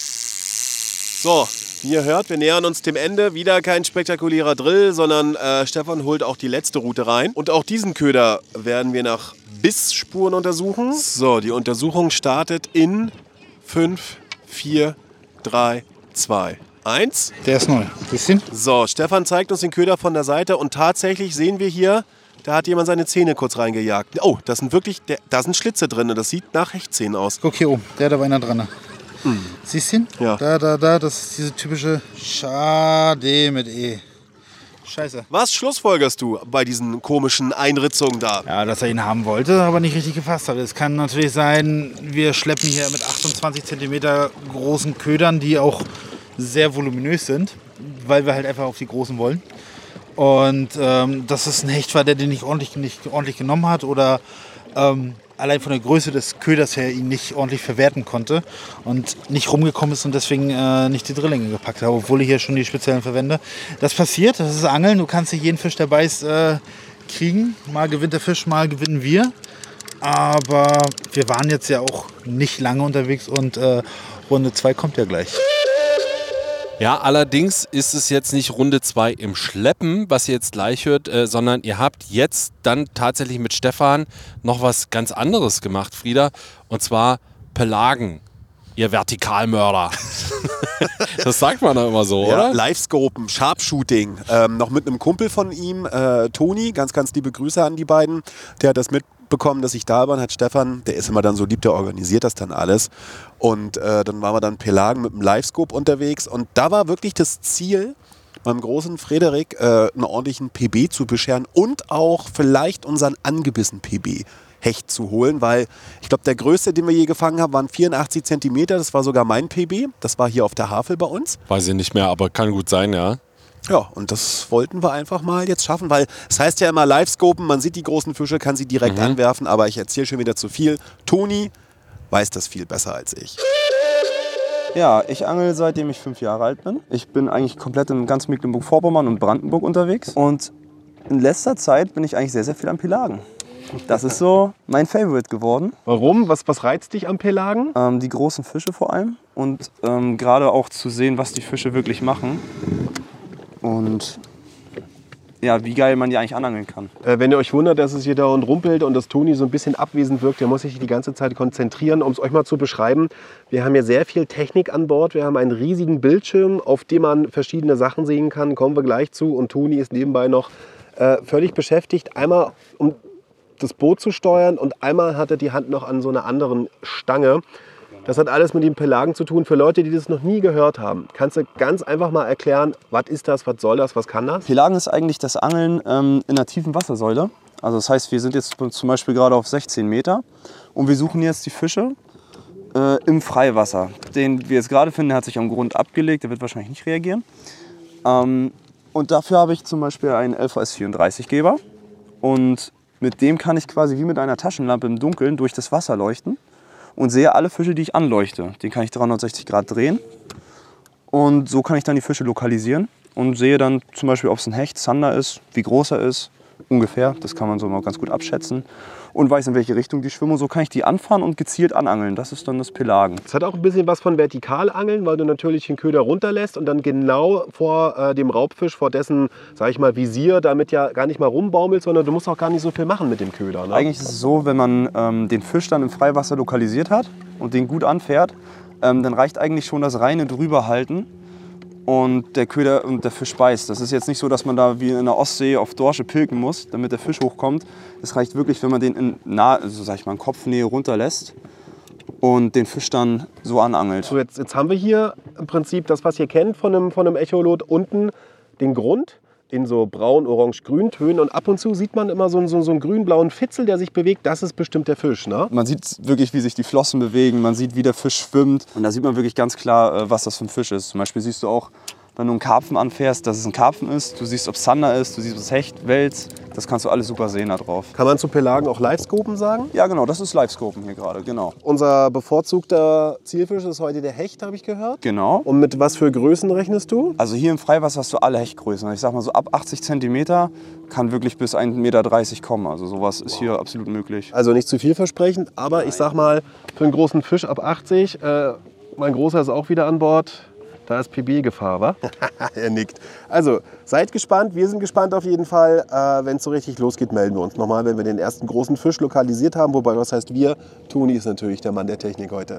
So, wie ihr hört, wir nähern uns dem Ende. Wieder kein spektakulärer Drill, sondern äh, Stefan holt auch die letzte Route rein. Und auch diesen Köder werden wir nach Bissspuren untersuchen. So, die Untersuchung startet in fünf, vier, drei, zwei, eins. Der ist neu. Bisschen. So, Stefan zeigt uns den Köder von der Seite und tatsächlich sehen wir hier, da hat jemand seine Zähne kurz reingejagt. Oh, das sind wirklich, da sind Schlitze drin und das sieht nach Hechtzähnen aus. Guck hier oben, der hat aber einer dran. Hm. Siehst du ihn? Ja. Da, da, da, das ist diese typische Schade mit E. Scheiße. Was schlussfolgerst du bei diesen komischen Einritzungen da? Ja, dass er ihn haben wollte, aber nicht richtig gefasst hat. Es kann natürlich sein, wir schleppen hier mit achtundzwanzig Zentimeter großen Ködern, die auch sehr voluminös sind, weil wir halt einfach auf die großen wollen. Und ähm, dass es ein Hecht war, der den nicht ordentlich, nicht ordentlich genommen hat oder ähm, allein von der Größe des Köders her ihn nicht ordentlich verwerten konnte und nicht rumgekommen ist und deswegen äh, nicht die Drillinge gepackt habe, obwohl ich hier schon die speziellen verwende. Das passiert, das ist Angeln. Du kannst nicht jeden Fisch, der beißt, äh, kriegen. Mal gewinnt der Fisch, mal gewinnen wir. Aber wir waren jetzt ja auch nicht lange unterwegs und äh, Runde zwei kommt ja gleich. Ja, allerdings ist es jetzt nicht Runde zwei im Schleppen, was ihr jetzt gleich hört, äh, sondern ihr habt jetzt dann tatsächlich mit Stefan noch was ganz anderes gemacht, Frieda. Und zwar Pelagen, ihr Vertikalmörder. Das sagt man doch immer so, Ja, oder? Livescopen, Sharpshooting. Ähm, noch mit einem Kumpel von ihm, äh, Toni, ganz, ganz liebe Grüße an die beiden. Der hat das mitbekommen, dass ich da war, hat Stefan, der ist immer dann so lieb, der organisiert das dann alles. Und äh, dann waren wir dann Pelagen mit dem Livescope unterwegs. Und da war wirklich das Ziel, meinem großen Frederik äh, einen ordentlichen P B zu bescheren und auch vielleicht unseren angebissen P B. Hecht zu holen, weil ich glaube, der größte, den wir je gefangen haben, waren vierundachtzig Zentimeter. Das war sogar mein P B. Das war hier auf der Havel bei uns. Weiß ich nicht mehr, aber kann gut sein, ja. Ja, und das wollten wir einfach mal jetzt schaffen, weil es heißt ja immer Livescopen, man sieht die großen Fische, kann sie direkt Mhm. anwerfen, aber ich erzähle schon wieder zu viel. Toni weiß das viel besser als ich. Ja, ich angel seitdem ich fünf Jahre alt bin. Ich bin eigentlich komplett in ganz Mecklenburg-Vorpommern und Brandenburg unterwegs. Und in letzter Zeit bin ich eigentlich sehr, sehr viel am Pelagen. Das ist so mein Favorite geworden. Warum? Was, was reizt dich am Pelagen? Ähm, die großen Fische vor allem. Und ähm, gerade auch zu sehen, was die Fische wirklich machen. Und ja, wie geil man die eigentlich anangeln kann. Äh, wenn ihr euch wundert, dass es hier da und rumpelt und dass Toni so ein bisschen abwesend wirkt, der muss sich die ganze Zeit konzentrieren, um es euch mal zu beschreiben. Wir haben hier sehr viel Technik an Bord. Wir haben einen riesigen Bildschirm, auf dem man verschiedene Sachen sehen kann. Kommen wir gleich zu. Und Toni ist nebenbei noch äh, völlig beschäftigt. Einmal um das Boot zu steuern und einmal hat er die Hand noch an so einer anderen Stange. Das hat alles mit dem Pelagen zu tun. Für Leute, die das noch nie gehört haben, kannst du ganz einfach mal erklären, was ist das, was soll das, was kann das? Pelagen ist eigentlich das Angeln ähm, in einer tiefen Wassersäule. Also das heißt, wir sind jetzt zum Beispiel gerade auf sechzehn Meter und wir suchen jetzt die Fische äh, im Freiwasser. Den wir jetzt gerade finden, der hat sich am Grund abgelegt, der wird wahrscheinlich nicht reagieren. Ähm, und dafür habe ich zum Beispiel einen L V S vierunddreißig Geber und mit dem kann ich quasi wie mit einer Taschenlampe im Dunkeln durch das Wasser leuchten und sehe alle Fische, die ich anleuchte. Den kann ich dreihundertsechzig Grad drehen und so kann ich dann die Fische lokalisieren und sehe dann zum Beispiel, ob es ein Hecht, Zander ist, wie groß er ist, ungefähr. Das kann man so mal ganz gut abschätzen und weiß, in welche Richtung die schwimmen. Und so kann ich die anfahren und gezielt anangeln. Das ist dann das Pelagen. Es hat auch ein bisschen was von Vertikalangeln, weil du natürlich den Köder runterlässt und dann genau vor äh, dem Raubfisch, vor dessen, sag ich mal, Visier, damit ja gar nicht mal rumbaumelt, sondern du musst auch gar nicht so viel machen mit dem Köder. Ne? Eigentlich ist es so, wenn man ähm, den Fisch dann im Freiwasser lokalisiert hat und den gut anfährt, ähm, dann reicht eigentlich schon das reine Drüberhalten und der Köder und der Fisch beißt. Das ist jetzt nicht so, dass man da wie in der Ostsee auf Dorsche pilken muss, damit der Fisch hochkommt. Es reicht wirklich, wenn man den in nah, also sag ich mal, in Kopfnähe runterlässt und den Fisch dann so anangelt. So, jetzt, jetzt haben wir hier im Prinzip das, was ihr kennt von einem, von einem Echolot, unten den Grund in so braun, orange, grün Tönen und ab und zu sieht man immer so, so, so einen grün-blauen Fitzel, der sich bewegt. Das ist bestimmt der Fisch, ne? Man sieht wirklich, wie sich die Flossen bewegen, man sieht, wie der Fisch schwimmt und da sieht man wirklich ganz klar, was das für ein Fisch ist. Zum Beispiel siehst du auch, wenn du einen Karpfen anfährst, dass es ein Karpfen ist. Du siehst, ob es Zander ist, du siehst, ob es Hecht, Wels. Das kannst du alles super sehen da drauf. Kann man zu Pelagen auch Livescopen sagen? Ja, genau, das ist Livescopen hier gerade, genau. Unser bevorzugter Zielfisch ist heute der Hecht, habe ich gehört. Genau. Und mit was für Größen rechnest du? Also hier im Freiwasser hast du alle Hechtgrößen. Ich sag mal so ab achtzig Zentimeter kann wirklich bis ein Meter dreißig kommen. Also sowas ist hier absolut möglich. Also nicht zu vielversprechend, aber ich sag mal, für einen großen Fisch ab achtzig, äh, mein Großer ist auch wieder an Bord. Da ist P B-Gefahr, wa? Er nickt. Also, seid gespannt. Wir sind gespannt auf jeden Fall. Äh, wenn es so richtig losgeht, melden wir uns nochmal, wenn wir den ersten großen Fisch lokalisiert haben. Wobei, was heißt wir? Toni ist natürlich der Mann der Technik heute.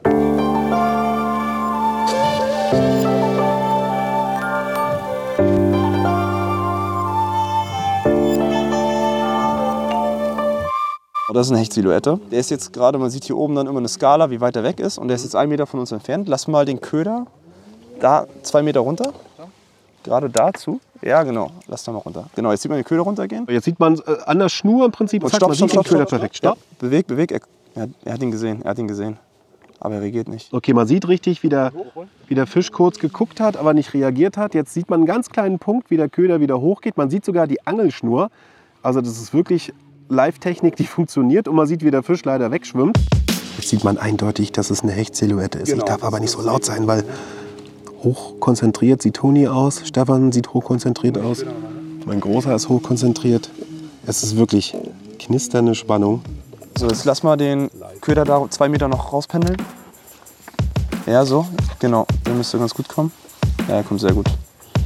Das ist eine Hechtsilhouette. Der ist jetzt gerade, man sieht hier oben dann immer eine Skala, wie weit er weg ist. Und der ist jetzt einen Meter von uns entfernt. Lass mal den Köder da zwei Meter runter. Gerade dazu. Ja, genau. Lass da mal runter. Genau, jetzt sieht man den Köder runtergehen. Jetzt sieht man äh, an der Schnur im Prinzip. Und Zack, stopp, man stopp, sieht den stopp, Köder stopp, perfekt. stopp. Stopp. Ja, beweg, beweg. Er, er, hat, er hat ihn gesehen. Er hat ihn gesehen. Aber er reagiert nicht. Okay, man sieht richtig, wie der, wie der Fisch kurz geguckt hat, aber nicht reagiert hat. Jetzt sieht man einen ganz kleinen Punkt, wie der Köder wieder hochgeht. Man sieht sogar die Angelschnur. Also das ist wirklich Live-Technik, die funktioniert. Und man sieht, wie der Fisch leider wegschwimmt. Jetzt sieht man eindeutig, dass es eine Hechtsilhouette ist. Genau, ich darf aber nicht so laut sein, weil hochkonzentriert sieht Toni aus. Stefan sieht hochkonzentriert aus. Mein Großer ist hochkonzentriert. Es ist wirklich knisternde Spannung. So, jetzt lass mal den Köder da zwei Meter noch rauspendeln. Ja, so. Genau. Der müsste ganz gut kommen. Ja, er kommt sehr gut.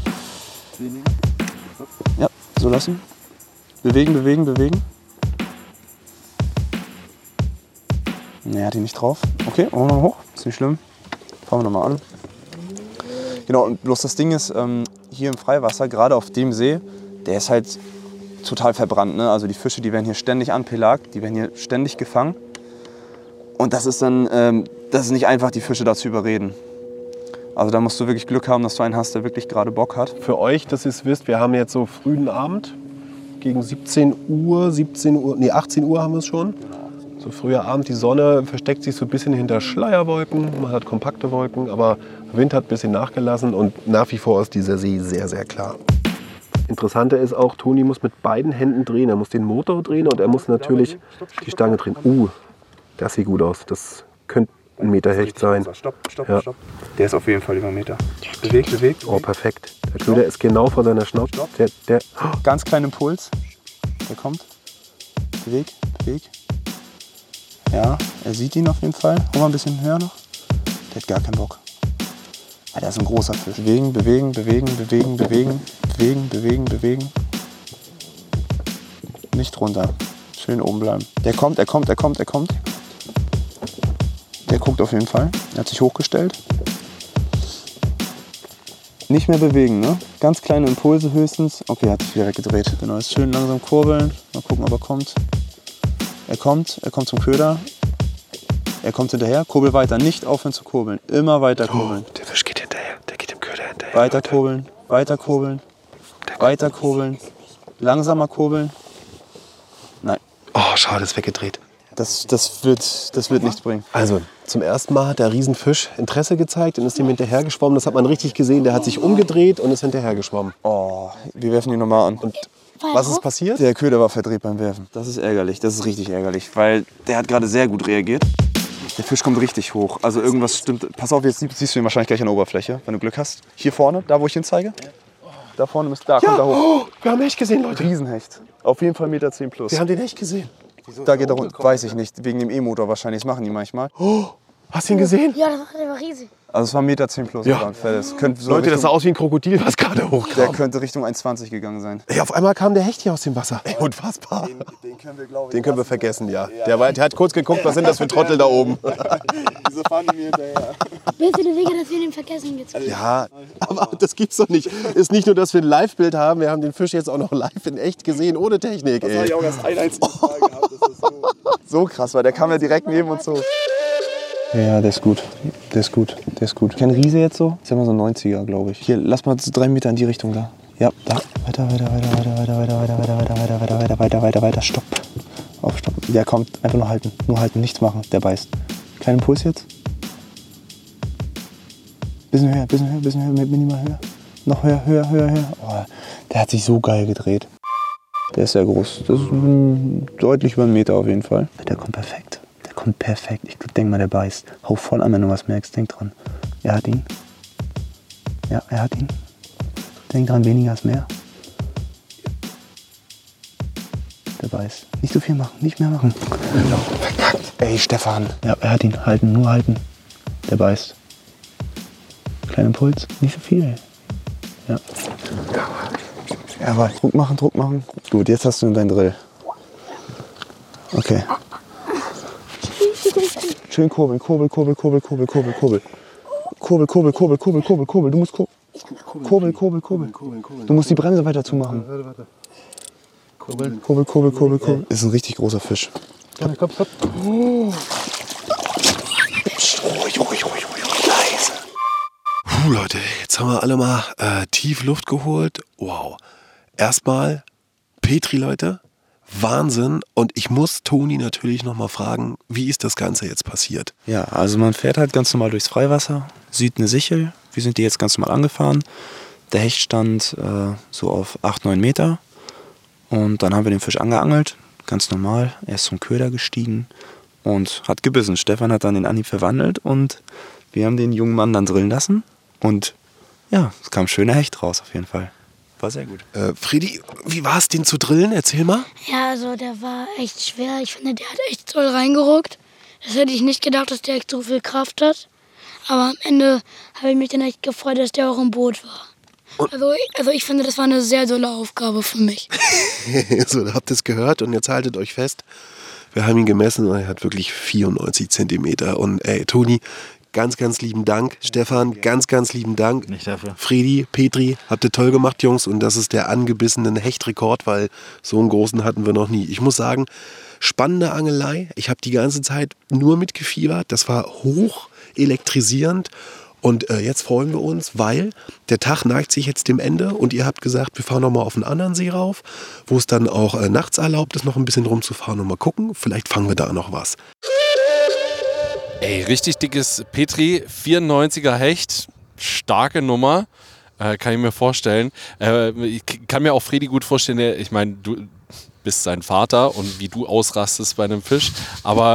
Ja, so lassen. Bewegen, bewegen, bewegen. Ne, er hat ihn nicht drauf. Okay, machen wir mal hoch. Ist nicht schlimm. Fangen wir nochmal an. Genau, und bloß das Ding ist, ähm, hier im Freiwasser, gerade auf dem See, der ist halt total verbrannt. Ne? Also die Fische, die werden hier ständig anpelagt, die werden hier ständig gefangen. Und das ist dann, ähm, das ist nicht einfach, die Fische da zu überreden. Also da musst du wirklich Glück haben, dass du einen hast, der wirklich gerade Bock hat. Für euch, dass ihr es wisst, wir haben jetzt so frühen Abend, gegen siebzehn Uhr, siebzehn Uhr, nee, achtzehn Uhr haben wir es schon. So früher Abend, die Sonne versteckt sich so ein bisschen hinter Schleierwolken. Man hat kompakte Wolken, aber der Wind hat ein bisschen nachgelassen und nach wie vor ist dieser See sehr, sehr klar. Interessanter ist auch, Toni muss mit beiden Händen drehen. Er muss den Motor drehen und er muss natürlich die Stange drehen. Uh, das sieht gut aus. Das könnte ein Meter Hecht sein. Stopp, stopp, Ja. stopp. Der ist auf jeden Fall über einen Meter. Bewegt, bewegt. Oh, perfekt. Der Köder ist genau vor seiner Schnauze. Der, der, Ganz kleinen Impuls. Der kommt. Beweg, beweg. Ja, er sieht ihn auf jeden Fall. Hol mal ein bisschen höher noch. Der hat gar keinen Bock. Ah, der ist ein großer Fisch. Bewegen, bewegen, bewegen, bewegen, bewegen, bewegen, bewegen, bewegen. Nicht runter. Schön oben bleiben. Der kommt, er kommt, er kommt, er kommt. Der guckt auf jeden Fall. Er hat sich hochgestellt. Nicht mehr bewegen, ne? Ganz kleine Impulse höchstens. Okay, er hat sich wieder weggedreht. Genau, jetzt schön langsam kurbeln. Mal gucken, ob er kommt. Er kommt, er kommt zum Köder. Er kommt hinterher. Kurbel weiter, nicht aufhören zu kurbeln. Immer weiter kurbeln. der Fisch geht hinterher. Der geht dem Köder hinterher. Weiter kurbeln, weiter kurbeln, weiter kurbeln. Langsamer kurbeln. Nein, Oh, schade, ist weggedreht. das, das, wird, das wird nichts bringen. Also, zum ersten Mal hat der Riesenfisch Interesse gezeigt und ist dem hinterher geschwommen. Das hat man richtig gesehen. Der hat sich umgedreht und ist hinterher geschwommen. Oh, wir werfen ihn nochmal an. Und Was ist passiert? der Köder war verdreht beim Werfen. Das ist ärgerlich, das ist richtig ärgerlich, weil der hat gerade sehr gut reagiert. Der Fisch kommt richtig hoch. Also irgendwas stimmt. Pass auf, jetzt siehst du ihn wahrscheinlich gleich an der Oberfläche, wenn du Glück hast. Hier vorne, da wo ich hinzeige. Da vorne ist, da kommt er hoch. Oh, wir haben Hecht gesehen, Leute. Riesenhecht. Auf jeden Fall eins Komma zehn Meter plus. Wir haben den Hecht gesehen. Da geht er runter. Weiß ich nicht. Wegen dem E-Motor wahrscheinlich. Das machen die manchmal. Hast du ihn gesehen? Ja, das war, der war riesig. Also es war eins Komma zehn Meter plus. Ja. aber Das könnte so Leute, das Richtung, sah aus wie ein Krokodil, was gerade der hochkam. könnte Richtung eins Komma zwanzig gegangen sein. Ey, auf einmal kam der Hecht hier aus dem Wasser. Ey, unfassbar. Den, den können wir, glaube ich, Den können wir vergessen, ja. Der, war, der hat kurz geguckt, was sind das für Trottel da oben. Wieso fahren die mir hinterher? Willst du den Wege, dass wir den vergessen jetzt? Ja, aber das gibt's doch nicht. Ist nicht nur, dass wir ein Live-Bild haben, wir haben den Fisch jetzt auch noch live in echt gesehen, ohne Technik. Das habe Ey. ich auch erst ein einziges Mal gehabt. Das ist so, so krass, weil der kam ja direkt neben uns so. Ja, der ist gut. Der ist gut. Der ist gut. Kein Riese jetzt so? Ist ja mal so ein neunziger, glaube ich. Hier, lass mal so drei Meter in die Richtung da. Ja, da. Weiter, weiter, weiter, weiter, weiter, weiter, weiter, weiter, weiter, weiter, weiter, weiter, weiter, weiter, weiter. Stopp. Auf, stopp. Der kommt. Einfach nur halten. Nur halten, nichts machen. Der beißt. Kleinen Impuls jetzt. Bisschen höher, bisschen höher, bisschen höher, minimal höher. Noch höher, höher, höher, höher. Oh, der hat sich so geil gedreht. Der ist sehr groß. Das ist mm, deutlich über einen Meter auf jeden Fall. Der kommt perfekt. Der kommt perfekt. Ich denk mal, der beißt. Hau voll an, wenn du was merkst. Denk dran. Er hat ihn. Ja, er hat ihn. Denk dran, weniger ist mehr. Der beißt. Nicht so viel machen, nicht mehr machen. Verkackt. Ey, Stefan. Ja, er hat ihn. Halten, nur halten. Der beißt. Kleiner Impuls. Nicht so viel. Ja. Aber Druck machen, Druck machen. Gut, jetzt hast du deinen Drill. Okay. Schön kurbeln, kurbel, kurbel, kurbel, kurbel, kurbel, kurbel. Kurbel, kurbel, kurbel, kurbel, kurbel, kurbel. Du musst kurbel. Kurbel, kurbel, kurbel. Du musst die Bremse weiter zumachen. Kurbel, kurbel, kurbel, kurbel, kurbel. Ist ein richtig großer Fisch. Komm, komm, komm. Oh. Ruhig, ruhig, ruhig, ruhig, leise. Puh, Leute, jetzt haben wir alle mal äh, tief Luft geholt. Wow. Erstmal, Petri, Leute, Wahnsinn. Und ich muss Toni natürlich nochmal fragen, wie ist das Ganze jetzt passiert? Ja, also man fährt halt ganz normal durchs Freiwasser, sieht eine Sichel. Wir sind die jetzt ganz normal angefahren. Der Hecht stand äh, so auf acht, neun Meter. Und dann haben wir den Fisch angeangelt, ganz normal. Er ist zum Köder gestiegen und hat gebissen. Stefan hat dann den Anhieb verwandelt und wir haben den jungen Mann dann drillen lassen. Und ja, es kam ein schöner Hecht raus auf jeden Fall. War sehr gut. Äh, Fredi, wie war es, den zu drillen? Erzähl mal. Ja, also der war echt schwer. Ich finde, der hat echt toll reingeruckt. Das hätte ich nicht gedacht, dass der echt so viel Kraft hat. Aber am Ende habe ich mich dann echt gefreut, dass der auch im Boot war. Also, also ich finde, das war eine sehr tolle Aufgabe für mich. So, da habt ihr es gehört und jetzt haltet euch fest. Wir haben ihn gemessen und er hat wirklich vierundneunzig Zentimeter. Und ey, Toni, ganz, ganz lieben Dank. Stefan, ganz, ganz lieben Dank. Nicht dafür. Fredi, Petri, habt ihr toll gemacht, Jungs. Und das ist der angebissene Hechtrekord, weil so einen großen hatten wir noch nie. Ich muss sagen, spannende Angelei. Ich habe die ganze Zeit nur mitgefiebert. Das war hoch elektrisierend. Und äh, jetzt freuen wir uns, weil der Tag neigt sich jetzt dem Ende und ihr habt gesagt, wir fahren nochmal auf einen anderen See rauf, wo es dann auch äh, nachts erlaubt ist, noch ein bisschen rumzufahren und mal gucken. Vielleicht fangen wir da noch was. Ey, richtig dickes Petri, vierundneunziger Hecht, starke Nummer, äh, kann ich mir vorstellen. Äh, ich kann mir auch Fredi gut vorstellen, der, ich meine, du bist sein Vater und wie du ausrastest bei einem Fisch, aber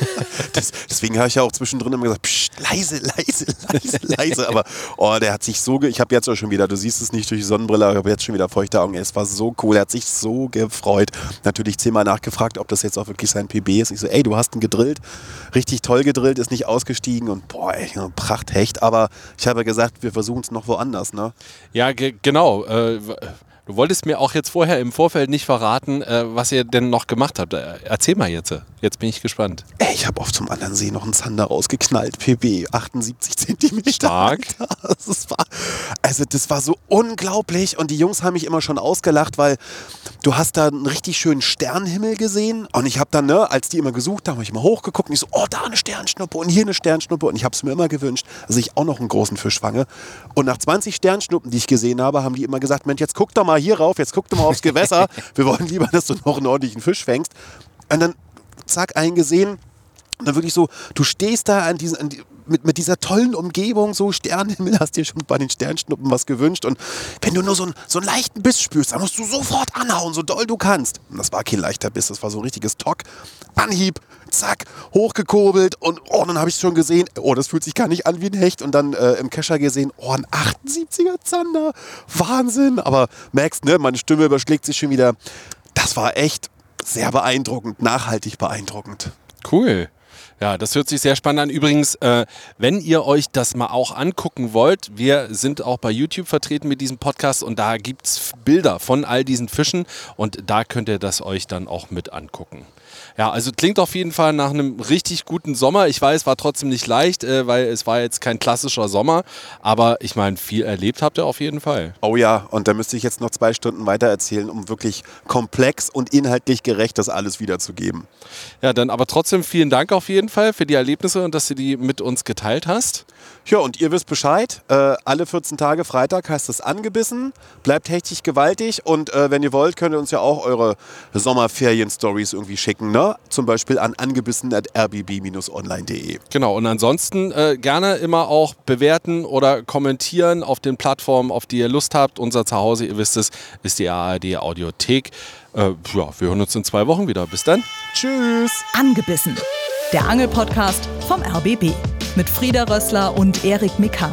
das, deswegen habe ich ja auch zwischendrin immer gesagt, psch, leise, leise, leise, leise, aber oh, der hat sich so, ge- ich habe jetzt auch schon wieder, du siehst es nicht durch die Sonnenbrille, aber ich habe jetzt schon wieder feuchte Augen, es war so cool, er hat sich so gefreut, natürlich zehnmal nachgefragt, ob das jetzt auch wirklich sein P B ist. Ich so, ey, du hast ihn gedrillt, richtig toll gedrillt, ist nicht ausgestiegen und boah, ey, Prachthecht, aber ich habe gesagt, wir versuchen es noch woanders, ne? ja, ge- genau. Äh, du wolltest mir auch jetzt vorher im Vorfeld nicht verraten, äh, was ihr denn noch gemacht habt. Äh, erzähl mal jetzt. Jetzt bin ich gespannt. Ey, ich habe auf zum anderen See noch einen Zander rausgeknallt, P B, achtundsiebzig Zentimeter. Stark. Das war, also das war so unglaublich und die Jungs haben mich immer schon ausgelacht, weil du hast da einen richtig schönen Sternenhimmel gesehen und ich habe dann, ne, als die immer gesucht haben, habe ich immer hochgeguckt und ich so, oh, da eine Sternschnuppe und hier eine Sternschnuppe und ich habe es mir immer gewünscht, dass ich auch noch einen großen Fisch fange. Und nach zwanzig Sternschnuppen, die ich gesehen habe, haben die immer gesagt, Mensch, jetzt guck doch mal hier rauf, jetzt guck doch mal aufs Gewässer, wir wollen lieber, dass du noch einen ordentlichen Fisch fängst. Und dann zack, eingesehen. Und dann wirklich so, du stehst da an diesen, an die, mit, mit dieser tollen Umgebung, so Sternenhimmel, hast dir schon bei den Sternschnuppen was gewünscht. Und wenn du nur so einen, so einen leichten Biss spürst, dann musst du sofort anhauen, so doll du kannst. Und das war kein leichter Biss, das war so ein richtiges Tock. Anhieb, zack, hochgekurbelt und oh, dann habe ich schon gesehen, oh, das fühlt sich gar nicht an wie ein Hecht. Und dann äh, im Kescher gesehen, oh, ein achtundsiebziger Zander, Wahnsinn. Aber merkst, ne, meine Stimme überschlägt sich schon wieder. Das war echt sehr beeindruckend, nachhaltig beeindruckend. Cool. Ja, das hört sich sehr spannend an. Übrigens, äh, wenn ihr euch das mal auch angucken wollt, wir sind auch bei YouTube vertreten mit diesem Podcast und da gibt es Bilder von all diesen Fischen und da könnt ihr das euch dann auch mit angucken. Ja, also klingt auf jeden Fall nach einem richtig guten Sommer. Ich weiß, war trotzdem nicht leicht, äh, weil es war jetzt kein klassischer Sommer. Aber ich meine, viel erlebt habt ihr auf jeden Fall. Oh ja, und da müsste ich jetzt noch zwei Stunden weiter erzählen, um wirklich komplex und inhaltlich gerecht das alles wiederzugeben. Ja, dann aber trotzdem vielen Dank auf jeden Fall für die Erlebnisse und dass du die mit uns geteilt hast. Ja, und ihr wisst Bescheid, äh, alle vierzehn Tage Freitag heißt es angebissen, bleibt hechtig gewaltig und äh, wenn ihr wollt, könnt ihr uns ja auch eure Sommerferien-Stories irgendwie schicken, ne? Zum Beispiel an angebissen at r b b Bindestrich online punkt de. Genau, und ansonsten äh, gerne immer auch bewerten oder kommentieren auf den Plattformen, auf die ihr Lust habt. Unser Zuhause, ihr wisst es, ist die A R D Audiothek. Äh, ja, wir hören uns in zwei Wochen wieder. Bis dann. Tschüss. Angebissen. Der Angelpodcast vom R B B mit Frieda Rössler und Erik Mikan.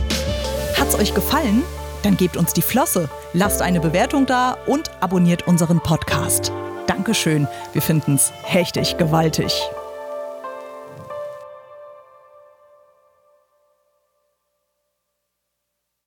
Hat's euch gefallen? Dann gebt uns die Flosse, lasst eine Bewertung da und abonniert unseren Podcast. Dankeschön, wir finden's hechtig gewaltig.